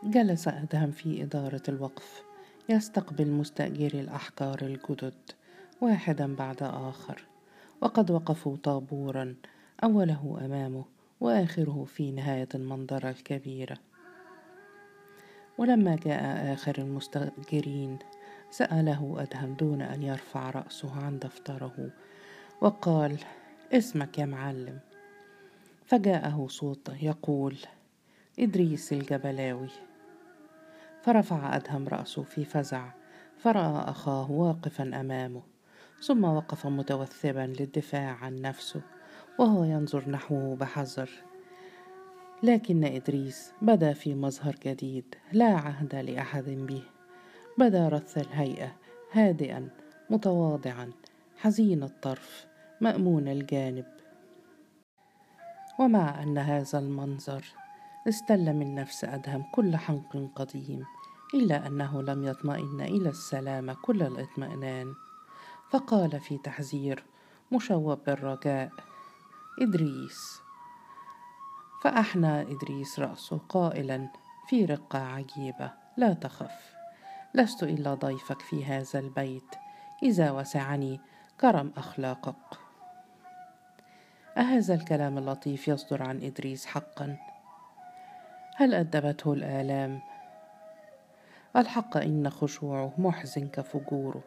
جلس أدهم في إدارة الوقف يستقبل مستأجري الأحجار الجدد واحدا بعد آخر، وقد وقفوا طابورا، أوله أمامه وآخره في نهاية المنظرة الكبيرة. ولما جاء آخر المستأجرين سأله أدهم دون أن يرفع رأسه عن دفتره وقال: اسمك يا معلم؟ فجاءه صوت يقول: إدريس الجبلاوي. فرفع أدهم رأسه في فزع، فرأى أخاه واقفا أمامه، ثم وقف متوثبا للدفاع عن نفسه وهو ينظر نحوه بحذر. لكن إدريس بدا في مظهر جديد لا عهد لأحد به، بدا رث الهيئة، هادئا متواضعا حزين الطرف مأمون الجانب. ومع أن هذا المنظر استل من نفس أدهم كل حنق قديم، إلا أنه لم يطمئن إلى السلامة كل الاطمئنان، فقال في تحذير مشوب بالرجاء: إدريس. فأحنى إدريس رأسه قائلا في رقة عجيبة: لا تخف، لست إلا ضيفك في هذا البيت، إذا وسعني كرم أخلاقك. أهذا الكلام اللطيف يصدر عن إدريس حقا؟ هل أدبته الآلام؟ الحق إن خشوعه محزن كفجوره.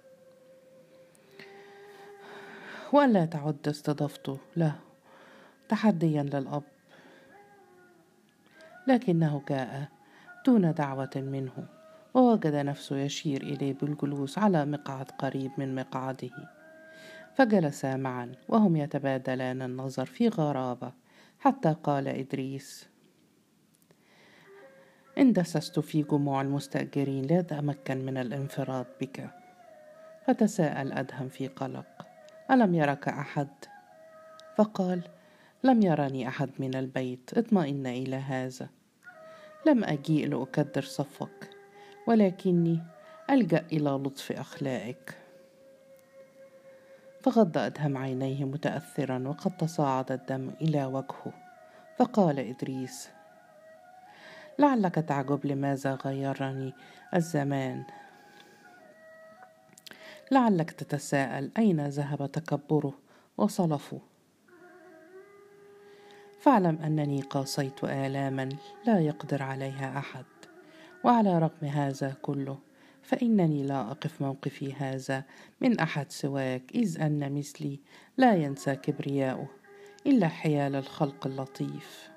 وألا تعد استضافته له تحديا للأب، لكنه جاء دون دعوة منه، ووجد نفسه يشير إليه بالجلوس على مقعد قريب من مقعده، فجلسا معا وهم يتبادلان النظر في غرابة، حتى قال إدريس: اندسست في جموع المستأجرين لا أتمكن من الانفراد بك. فتساءل أدهم في قلق: ألم يرك أحد؟ فقال: لم يرني أحد من البيت، اطمئن إلى هذا. لم أجيء لأكدر صفوك، ولكني ألجأ إلى لطف أخلاقك. فغض أدهم عينيه متأثرا وقد تصاعد الدم إلى وجهه، فقال إدريس: لعلك تعجب لماذا غيرني الزمان، لعلك تتساءل أين ذهب تكبره وصلفه. فاعلم أنني قاسيت آلاما لا يقدر عليها أحد، وعلى رغم هذا كله فإنني لا أقف موقفي هذا من أحد سواك، إذ أن مثلي لا ينسى كبرياؤه إلا حيال الخلق اللطيف.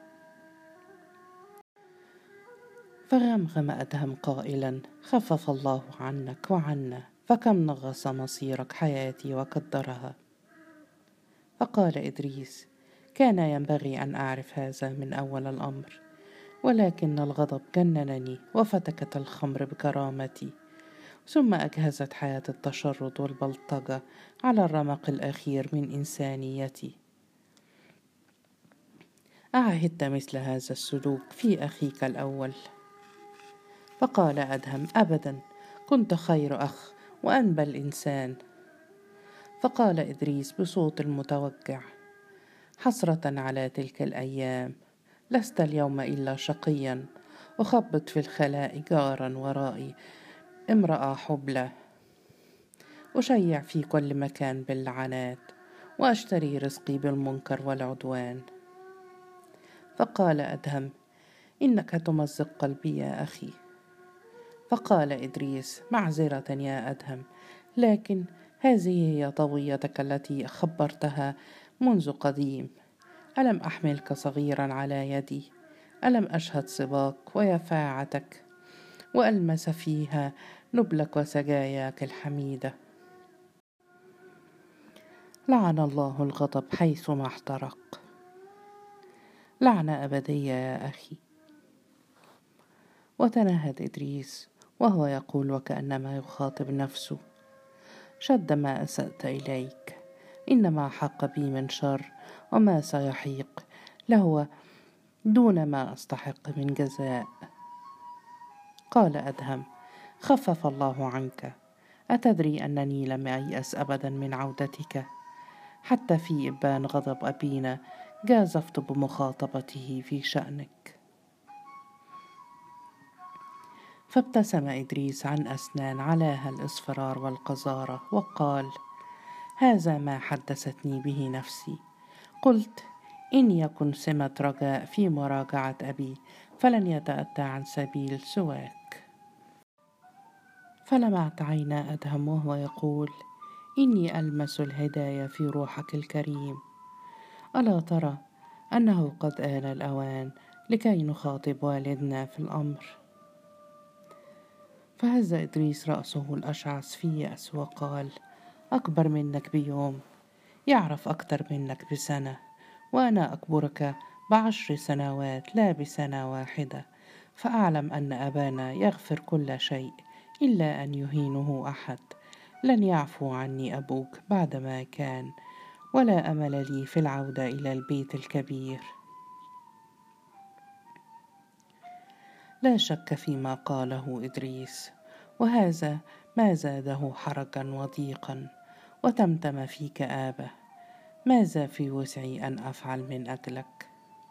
فغمغم أدهم قائلا: خفف الله عنك وعنا، فكم نغص مصيرك حياتي وقدرها. فقال إدريس: كان ينبغي أن أعرف هذا من أول الأمر، ولكن الغضب جننني وفتكت الخمر بكرامتي، ثم أجهزت حياة التشرد والبلطجة على الرمق الأخير من إنسانيتي. أعهدت مثل هذا السلوك في أخيك الأول؟ فقال أدهم: أبدا، كنت خير أخ وأنبى الإنسان. فقال إدريس بصوت متوجع: حسرة على تلك الأيام، لست اليوم إلا شقيا، أخبط في الخلاء جارا ورائي امرأة حبلى، أشيع في كل مكان باللعنات، وأشتري رزقي بالمنكر والعدوان. فقال أدهم: إنك تمزق قلبي يا أخي. فقال إدريس: معذرة يا أدهم، لكن هذه هي طويتك التي خبرتها منذ قديم. ألم أحملك صغيرا على يدي؟ ألم أشهد صباك ويفاعتك وألمس فيها نبلك وسجاياك الحميدة؟ لعن الله الغضب حيثما احترق، لعنة أبدية يا أخي. وتنهد إدريس وهو يقول وكأنما يخاطب نفسه: شد ما أسأت إليك، إنما حق بي من شر، وما سيحيق لهو دون ما أستحق من جزاء. قال أدهم: خفف الله عنك، أتدري أنني لم أيأس أبدا من عودتك؟ حتى في إبان غضب أبينا جازفت بمخاطبته في شأنك. فابتسم إدريس عن أسنان علاها الإصفرار والقذارة وقال: هذا ما حدثتني به نفسي. قلت: إن يكن سمة رجاء في مراجعة أبي فلن يتأتى عن سبيل سواك. فلمعت عينا أدهم وهو يقول: إني ألمس الهداية في روحك الكريم. ألا ترى أنه قد آن الأوان لكي نخاطب والدنا في الأمر؟ فهز إدريس رأسه الأشعث في يأس وقال: أكبر منك بيوم، يعرف أكتر منك بسنة، وأنا أكبرك ب10 سنوات لا بسنة واحدة، فأعلم أن أبانا يغفر كل شيء إلا أن يهينه أحد. لن يعفو عني أبوك بعدما كان، ولا أمل لي في العودة إلى البيت الكبير. لا شك فيما قاله إدريس، وهذا ما زاده حرجا وضيقا، وتمتم في كآبة. ماذا في وسعي أن أفعل من أجلك؟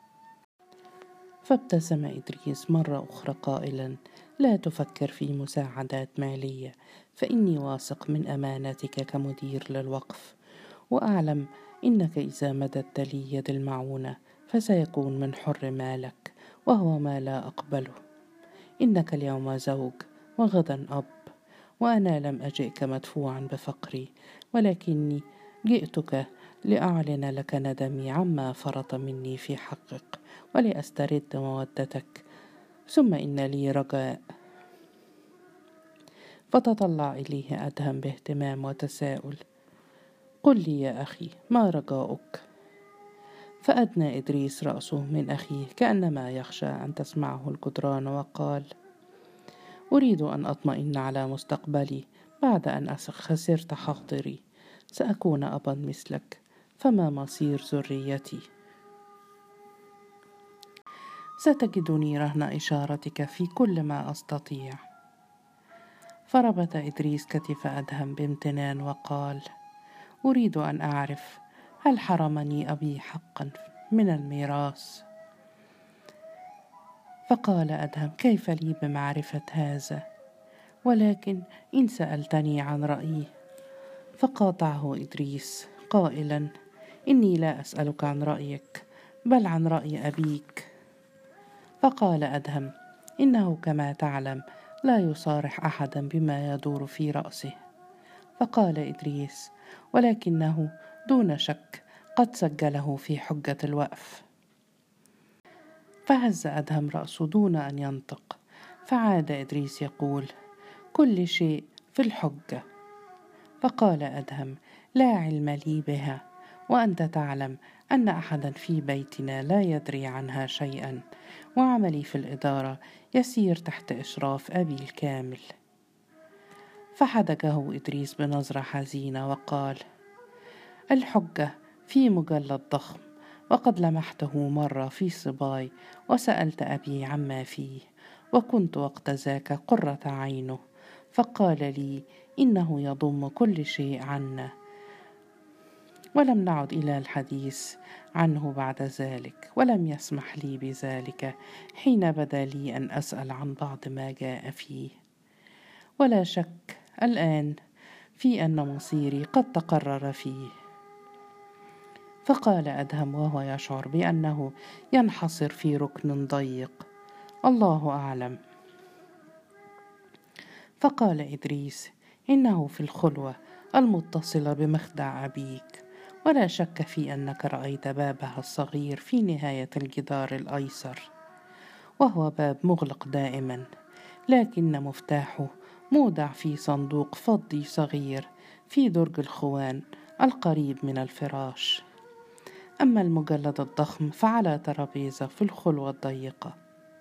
فابتسم إدريس مرة أخرى قائلا: لا تفكر في مساعدات مالية، فإني واثق من أمانتك كمدير للوقف، وأعلم إنك إذا مددت لي يد المعونة فسيكون من حر مالك، وهو ما لا أقبله. إنك اليوم زوج وغدا أب، وأنا لم أجئك مدفوعا بفقري، ولكني جئتك لأعلن لك ندمي عما فرط مني في حقك، ولأسترد مودتك. ثم إن لي رجاء. فتطلع إليه أدهم باهتمام وتساؤل: قل لي يا أخي، ما رجاؤك؟ فأدنى إدريس رأسه من أخيه كأنما يخشى أن تسمعه الجدران وقال: أريد أن أطمئن على مستقبلي بعد أن خسرت خاطري. سأكون أبا مثلك، فما مصير ذريتي؟ ستجدني رهن إشارتك في كل ما أستطيع. فربط إدريس كتف أدهم بامتنان وقال: أريد أن أعرف، هل حرمني أبي حقا من الميراث؟ فقال أدهم: كيف لي بمعرفة هذا؟ ولكن إن سألتني عن رأيي. فقاطعه إدريس قائلا: إني لا أسألك عن رأيك، بل عن رأي أبيك. فقال أدهم: إنه كما تعلم لا يصارح أحدا بما يدور في رأسه. فقال إدريس: ولكنه دون شك قد سجله في حجة الوقف. فهز أدهم رأسه دون أن ينطق، فعاد إدريس يقول: كل شيء في الحجة. فقال أدهم: لا علم لي بها، وأنت تعلم أن أحدا في بيتنا لا يدري عنها شيئا، وعملي في الإدارة يسير تحت إشراف أبي الكامل. فحدقه إدريس بنظرة حزينة وقال: الحجة في مجلد ضخم، وقد لمحته مرة في صباي وسألت أبي عما فيه، وكنت وقت ذاك قرة عينه، فقال لي إنه يضم كل شيء عنا، ولم نعد إلى الحديث عنه بعد ذلك، ولم يسمح لي بذلك حين بدا لي أن أسأل عن بعض ما جاء فيه. ولا شك الآن في أن مصيري قد تقرر فيه. فقال أدهم وهو يشعر بأنه ينحصر في ركن ضيق: الله أعلم. فقال إدريس: إنه في الخلوة المتصلة بمخدع أبيك، ولا شك في أنك رأيت بابها الصغير في نهاية الجدار الأيسر، وهو باب مغلق دائما، لكن مفتاحه مودع في صندوق فضي صغير في درج الخوان القريب من الفراش. أما المجلد الضخم فعلى ترابيزة في الخلوة الضيقة.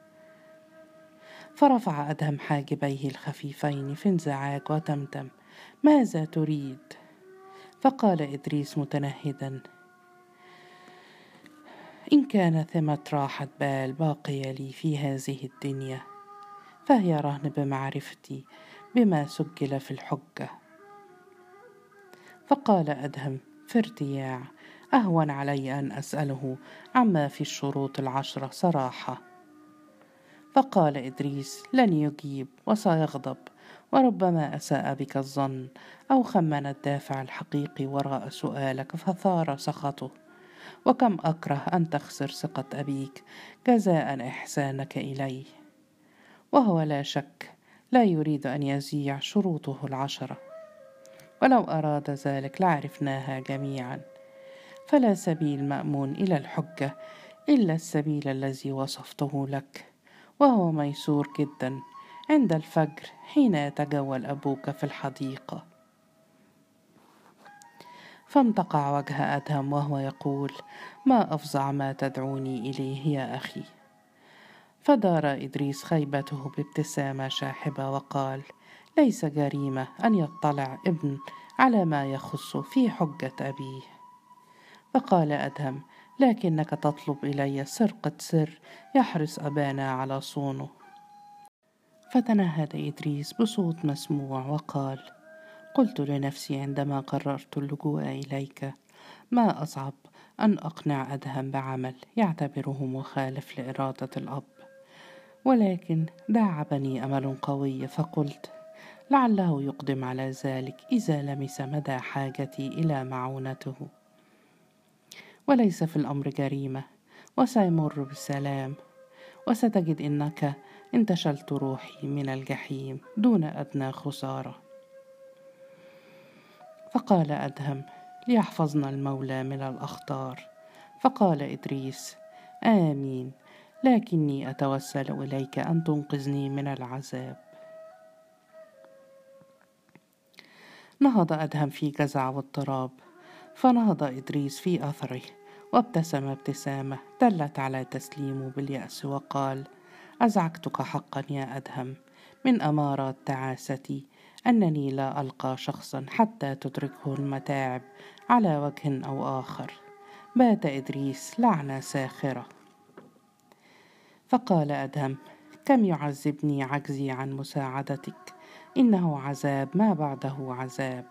فرفع أدهم حاجبيه الخفيفين في انزعاج وتمتم: ماذا تريد؟ فقال إدريس متنهدا: إن كان ثمة راحة بال باقية لي في هذه الدنيا، فهي رهن بمعرفتي بما سجل في الحجة. فقال أدهم في ارتياع: أهون علي أن أسأله عما في الشروط 10 صراحة. فقال إدريس: لن يجيب وسيغضب، وربما أساء بك الظن أو خمن الدافع الحقيقي وراء سؤالك فثار سخطه. وكم أكره أن تخسر ثقة أبيك جزاء إحسانك إليه، وهو لا شك لا يريد أن يزيع شروطه العشرة، ولو أراد ذلك لعرفناها جميعا. فلا سبيل مأمون إلى الحجة إلا السبيل الذي وصفته لك، وهو ميسور جدا عند الفجر حين يتجول أبوك في الحديقة. فامتقع وجه أدهم وهو يقول: ما أفظع ما تدعوني إليه يا أخي. فدار إدريس خيبته بابتسامة شاحبة وقال: ليس جريمة أن يطلع ابن على ما يخص في حجة أبيه. فقال أدهم: لكنك تطلب إلي سرقة سر يحرص أبانا على صونه. فتنهد إدريس بصوت مسموع وقال: قلت لنفسي عندما قررت اللجوء إليك: ما أصعب أن أقنع أدهم بعمل يعتبره مخالف لإرادة الأب. ولكن داعبني أمل قوي، فقلت: لعله يقدم على ذلك إذا لمس مدى حاجتي إلى معونته، وليس في الأمر جريمة، وسيمر بسلام، وستجد إنك انتشلت روحي من الجحيم دون أدنى خسارة. فقال أدهم: ليحفظنا المولى من الأخطار. فقال إدريس: آمين، لكني أتوسل إليك أن تنقذني من العذاب. نهض أدهم في جزع واضطراب، فنهض إدريس في أثره وابتسم ابتسامة دلت على تسليمه باليأس وقال: أزعجتك حقا يا أدهم. من أمارات تعاستي أنني لا ألقى شخصا حتى تدركه المتاعب على وجه أو آخر. بات إدريس لعنة ساخرة. فقال أدهم: كم يعذبني عجزي عن مساعدتك، إنه عذاب ما بعده عذاب.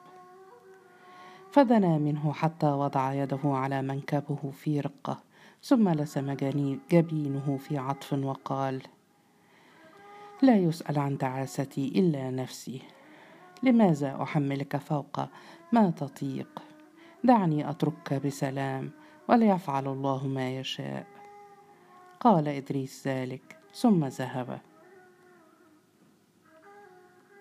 فدنا منه حتى وضع يده على منكبه في رقة، ثم لسم جبينه في عطف وقال: لا يسأل عن تعاستي إلا نفسي، لماذا أحملك فوق ما تطيق؟ دعني أتركك بسلام، وليفعل الله ما يشاء. قال إدريس ذلك ثم ذهب.